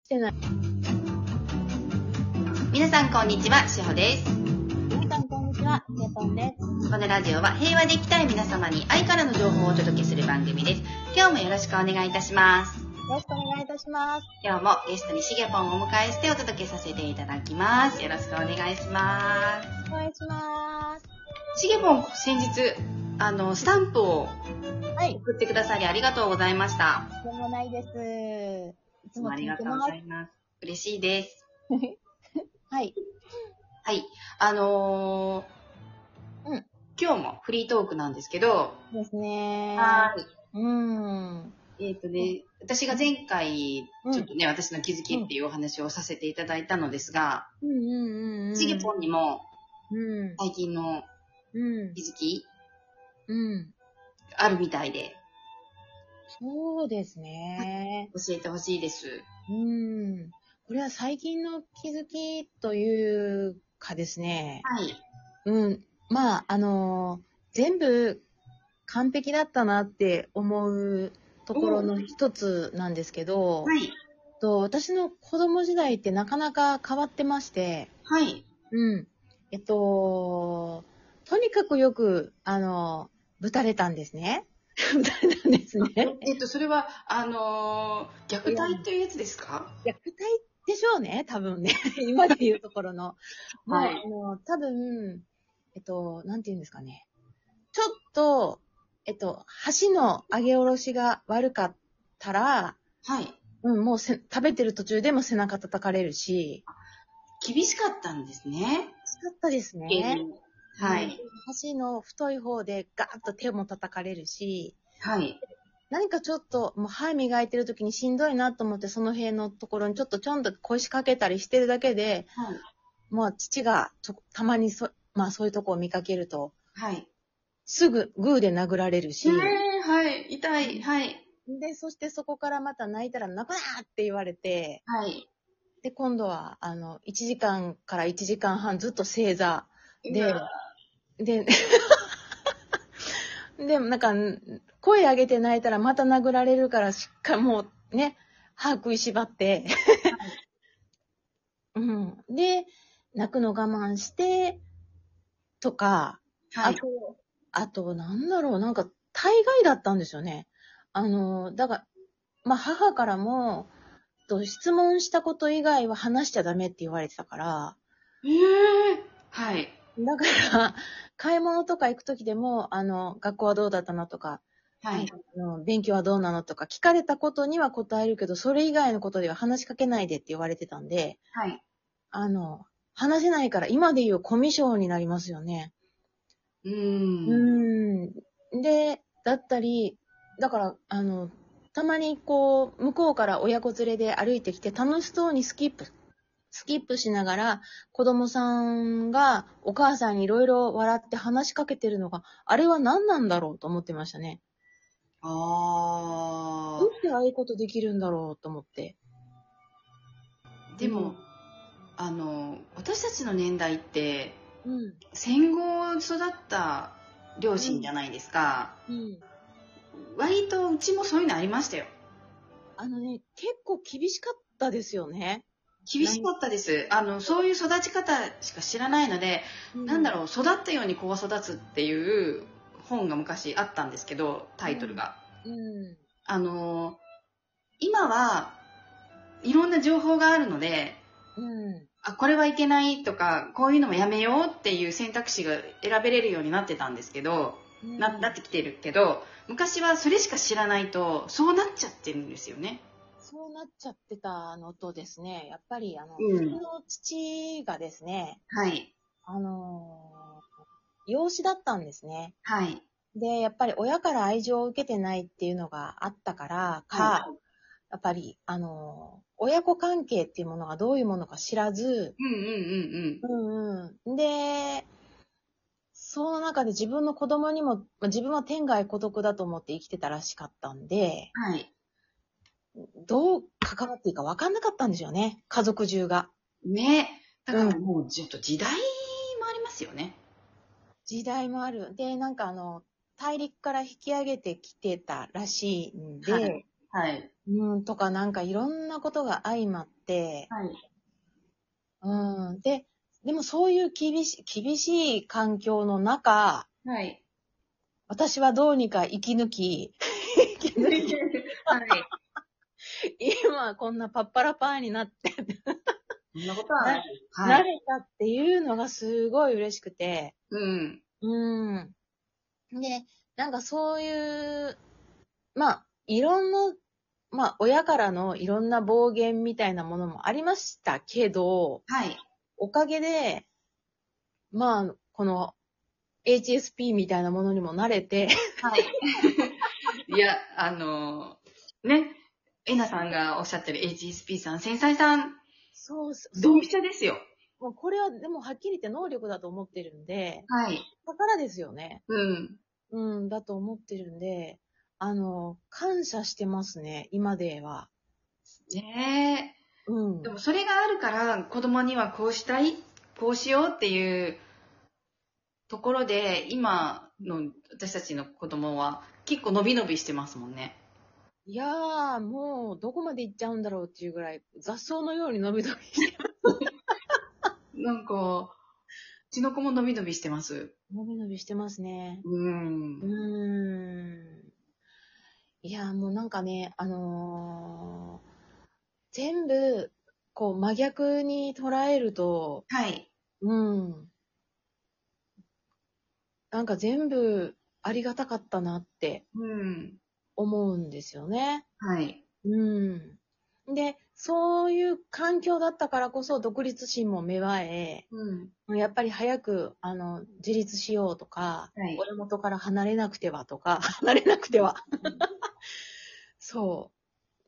してない。 皆さんこんにちは、しほです。 皆さんこんにちは、ケイポンです。 このラジオは平和で生きたい皆様に愛からの情報をお届けする番組です。今日もよろしくお願いいたします。 よろしくお願いいたします。 今日もゲストにしげぽんをお迎えしてお届けさせていただきます。よろしくお願いします。 お願いします。 しげぽん、先日、スタンプをはい。 送ってくださりありがとうございました。 とんでもないです。いつもありがとうございます。嬉しいです。 はい。 はい。 うん。 今日もフリートークなんですけど、 ですね。 はい。私が前回、ちょっとね、私の気づきっていうお話をさせていただいたのですが、しげぽんにも、最近の気づき、あるみたいで、 そうですね。 教えてほしいです。 これは最近の気づきというかですね。 はい。 まあ、全部完璧だったなって思うところの一つなんですけど、 はい。 私の子供時代ってなかなか変わってまして、 はい。 とにかくよく、ぶたれたんですね。ぶたれたんですね。 それは、虐待というやつですか？ 虐待でしょうね、多分ね。今で言うところの。 はい。 多分、なんて言うんですかね。ちょっと、箸の上げ下ろしが悪かったら、 はい。 もう食べてる途中でも背中叩かれるし。 厳しかったんですね。 厳しかったですね。 はい。 箸の太い方でガーッと手も叩かれるし、 はい。 何かちょっと、もう歯磨いてる時にしんどいなと思って、その辺のところにちょんと腰掛けたりしてるだけで、 はい。 もう父がたまにそういうとこを見かけると、 はい。 すぐグーで殴られるし、 はい。痛い。はい。 で、そしてそこからまた泣いたら泣くなって言われて、 はい。 で、今度は、1時間から1時間半ずっと正座で、で、なんか、声上げて泣いたらまた殴られるから、しっかりもうね、歯食いしばって、で、泣くの我慢して、とか、 はい。 あと、なんだろう、なんか、大概だったんですよね。だから、母からも、質問したこと以外は話しちゃダメって言われてたから、 はい。 だから、買い物とか行くときでも、学校はどうだったのとか、 はい。 勉強はどうなのとか、聞かれたことには答えるけど、それ以外のことでは話しかけないでって言われてたんで、 はい。 話せないから今で言うコミュ障になりますよね。で、だったり、だから、たまにこう、向こうから親子連れで歩いてきて楽しそうにスキップしながら、子供さんがお母さんにいろいろ笑って話しかけてるのが、あれは何なんだろうと思ってましたね。どうしてああいうことできるんだろうと思って。 でも、私たちの年代って、 うん。 戦後育った両親じゃないですか。割とうちもそういうのありましたよ。 結構厳しかったですよね。 厳しかったです。そういう育ち方しか知らないので、育ったように子は育つっていう本が昔あったんですけど、タイトルが。今はいろんな情報があるので、これはいけないとか、こういうのもやめようっていう選択肢が選べれるようになってたんですけど、なってきてるけど、昔はそれしか知らないと、そうなっちゃってるんですよね。 そうなっちゃってたのとですね、やっぱりうちの父がですね、 はい。 養子だったんですね。 はい。 で、やっぱり親から愛情を受けてないっていうのがあったからやっぱり、親子関係っていうものがどういうものか知らず、で、その中で自分の子供にも、自分は天涯孤独だと思って生きてたらしかったんで、 はい。 どう関わっていいか分かんなかったんですよね、家族中が。 ね。だからもうちょっと時代もありますよね。 時代もある。で、大陸から引き上げてきてたらしいんで、 はい。 とかいろんなことが相まって、 はい。 うん。でもそういう厳しい環境の中、 はい。 私はどうにか生き抜き、 はい。 今こんなパッパラパーになってそんなことはなな、 い。はい。 慣れたっていうのがすごい嬉しくて、 うん。 うん。で、なんかそういう、まあ、いろんな、まあ、親からのいろんな暴言みたいなものもありましたけど、 はい。 おかげで、まあ、この HSP みたいなものにも慣れて、 はい。いや、ね、えなさんがおっしゃってる HSP さん、繊細さん、 そうそう、 同そう、 一緒ですよ。 もうこれはでもはっきり言って能力だと思ってるんで、 はい。 だからですよね。 うん。 うん、だと思ってるんで、感謝してますね、今では。 ねうえ。でん。 もそれがあるから子供にはこうしたい、こうしようっていうところで、今の私たちの子供は結構伸び伸びしてますもんね。 いやー、もう、どこまで行っちゃうんだろうっていうぐらい、雑草のように伸び伸びしてます。 なんか、うちの子も伸び伸びしてます。 伸び伸びしてますね。 うん。 いやー、もうなんかね、全部、こう、真逆に捉えると、 はい。 うん、なんか全部ありがたかったなってうん。 思うんですよね。 はい。 うん。で、そういう環境だったからこそ独立心も芽生え、 うん。 やっぱり早く、自立しようとか、 はい。 親元から離れなくてはとか、離れなくては。そう。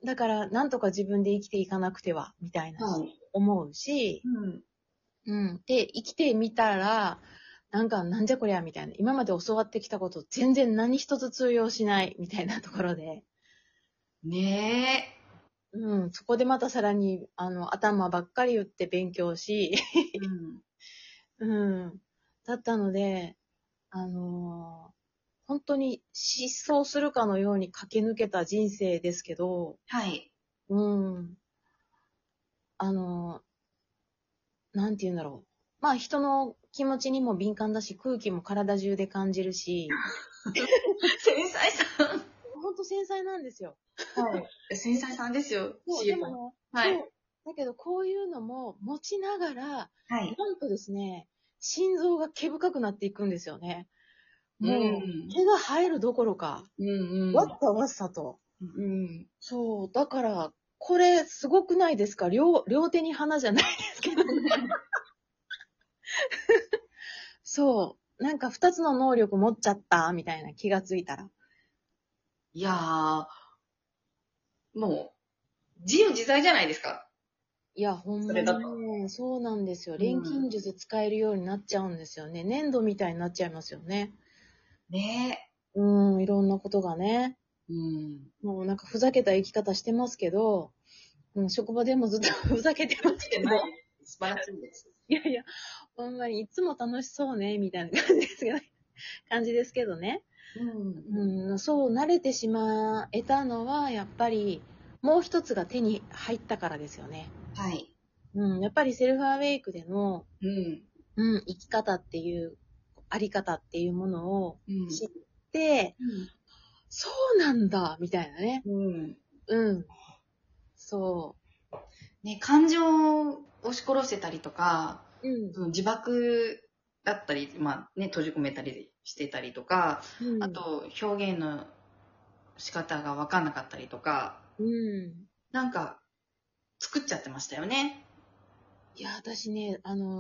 だから、なんとか自分で生きていかなくては、みたいな、 はい。 思うし、 うん。 うん。で、生きてみたら、なんか、なんじゃこりゃ、みたいな。今まで教わってきたこと、全然何一つ通用しない、みたいなところで、 ねうん。そこでまたさらに、頭ばっかり打って勉強し、 え。うん。 うん。だったので、あの本当に失踪するかのように駆け抜けた人生ですけど、 はい。 うん。あのなんて言うんだろう。まあ人の気持ちにも敏感だし、空気も体中で感じるし、 繊細さん。 ほんと繊細なんですよ。 はい。繊細さんですよ、 そう、 しげさん。 でもね、 はい。 そう。だけどこういうのも持ちながら、 はい。 なんとですね、心臓が毛深くなっていくんですよね。 うもう、 ん。 毛が生えるどころか、 うんうん。 わっさわっさと。 うん。 そう、だから、これすごくないですか？両手に花じゃないですけど。そう。なんか二つの能力持っちゃった、みたいな気がついたら。 いやー、もう、自由自在じゃないですか。 いや、ほんまにそれだと。 ね、そうなんですよ。 うん。 錬金術使えるようになっちゃうんですよね。粘土みたいになっちゃいますよね。 ねいろんなことがね。 え。うん。 もうなんかふざけた生き方してますけど、職場でもずっとふざけてますけど、 てないです。素晴らしいです。 いやいや、ほんまにいつも楽しそうね、みたいな感じですけどね。感じですけどね。 うん。 そう慣れてしまえたのは、やっぱり、もう一つが手に入ったからですよね。 はい。 やっぱりセルフアウェイクでの、 うん。 生き方っていう、あり方っていうものをうん。 知って、 うん。 そうなんだ、みたいなね。 うん。 うん。そね、感情を押し殺せたりとか、 う。 その自爆だったり、まあね、閉じ込めたりしてたりとか、あうん。 と表現の仕方が分かんなかったりとか、 うん。 なんか作っちゃってましたよね。 いや、私ね、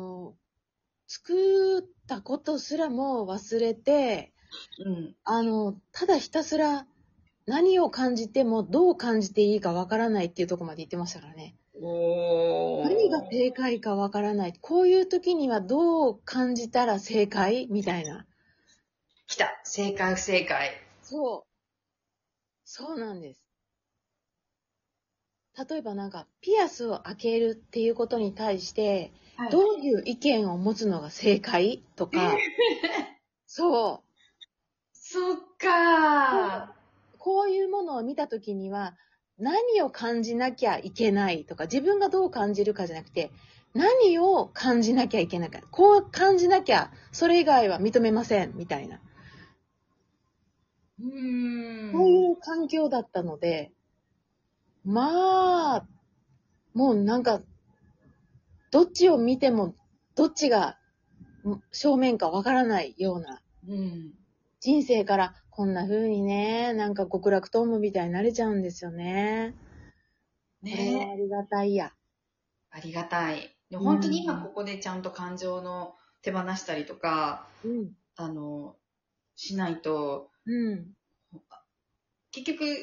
作ったことすらも忘れて、 うん。 ただひたすら何を感じてもどう感じていいかわからないっていうところまで言ってましたからね。何がおー。 正解かわからない。こういう時にはどう感じたら正解みたいな。 来た。正解不正解。 そう。そうなんです。例えばなんか、ピアスを開けるっていうことに対して、 はい。 どういう意見を持つのが正解とか、そう。 そっかー。 こういうものを見たときには、 何を感じなきゃいけないとか、自分がどう感じるかじゃなくて、何を感じなきゃいけないか。こう感じなきゃ、それ以外は認めません、みたいな。そういう環境だったので、まあ、もうなんか、どっちを見ても、どっちが正面かわからないような、人生からこんな風にね、なんか極楽とんぼみたいになれちゃうんですよね。ねえ。ありがたいや。 ありがたい。で本当に今ここでちゃんと感情の手放したりとか、しないと、結局、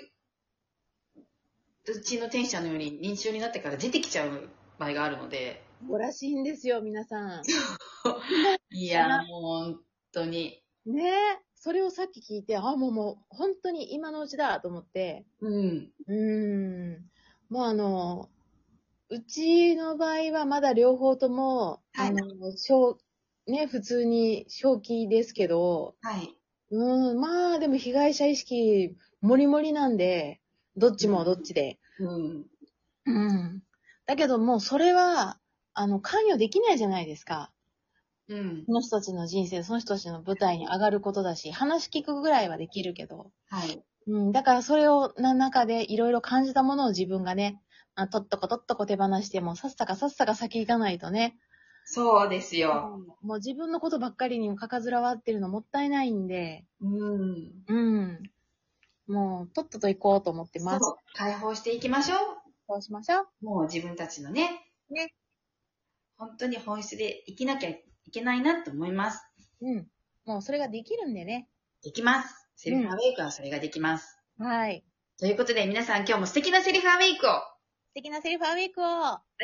うちの天使ちゃんのように認知症になってから出てきちゃう場合があるので。 そうらしいんですよ、皆さん。 いや、もう本当に。 ねえ。それをさっき聞いて、もう本当に今のうちだと思って。もううちの場合はまだ両方とも、普通に正気ですけど、まあでも被害者意識もりもりなんで、どっちもどっちで。だけどもうそれは、関与できないじゃないですか。その人たちの人生、その人たちの舞台に上がることだし、話聞くぐらいはできるけど。だからそれを中でいろいろ感じたものを自分がね、とっとこ手放しても、さっさか先行かないとね。 そうですよ。 もう自分のことばっかりにもかかずらわってるのもったいないんで。もう、とっとと行こうと思ってます。 そう、解放していきましょう。 そうしましょう。 もう自分たちのね。本当に本質で生きなきゃいけないなと思います。 もうそれができるんでね。 できます。セルフアウェイクはそれができます。 はい。 ということで皆さん今日も素敵なセルフアウェイクを。 素敵なセルフアウェイクを。